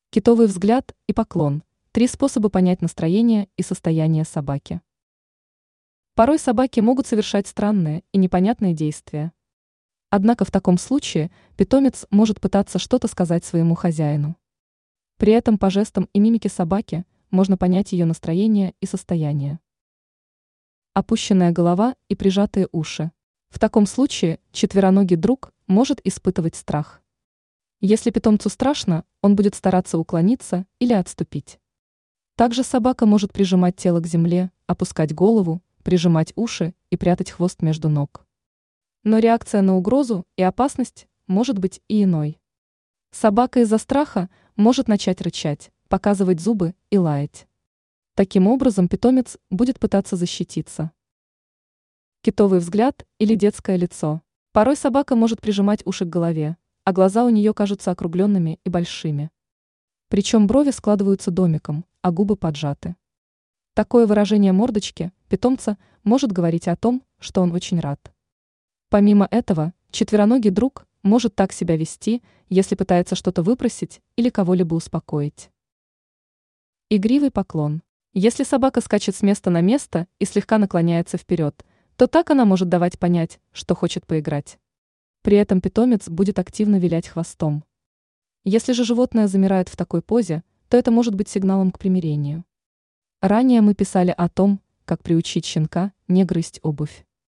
Китовый взгляд и поклон. Три способа понять настроение и состояние собаки. Порой собаки могут совершать странные и непонятные действия. Однако в таком случае питомец может пытаться что-то сказать своему хозяину. При этом по жестам и мимике собаки можно понять ее настроение и состояние. Опущенная голова и прижатые уши. В таком случае четвероногий друг может испытывать страх. Если питомцу страшно, он будет стараться уклониться или отступить. Также собака может прижимать тело к земле, опускать голову, прижимать уши и прятать хвост между ног. Но реакция на угрозу и опасность может быть и иной. Собака из-за страха может начать рычать, показывать зубы и лаять. Таким образом, питомец будет пытаться защититься. Китовый взгляд или детское лицо. Порой собака может прижимать уши к голове, а глаза у нее кажутся округленными и большими. Причем брови складываются домиком, а губы поджаты. Такое выражение мордочки питомца может говорить о том, что он очень рад. Помимо этого, четвероногий друг может так себя вести, если пытается что-то выпросить или кого-либо успокоить. Игривый поклон. Если собака скачет с места на место и слегка наклоняется вперед, то так она может давать понять, что хочет поиграть. При этом питомец будет активно вилять хвостом. Если же животное замирает в такой позе, то это может быть сигналом к примирению. Ранее мы писали о том, как приучить щенка не грызть обувь.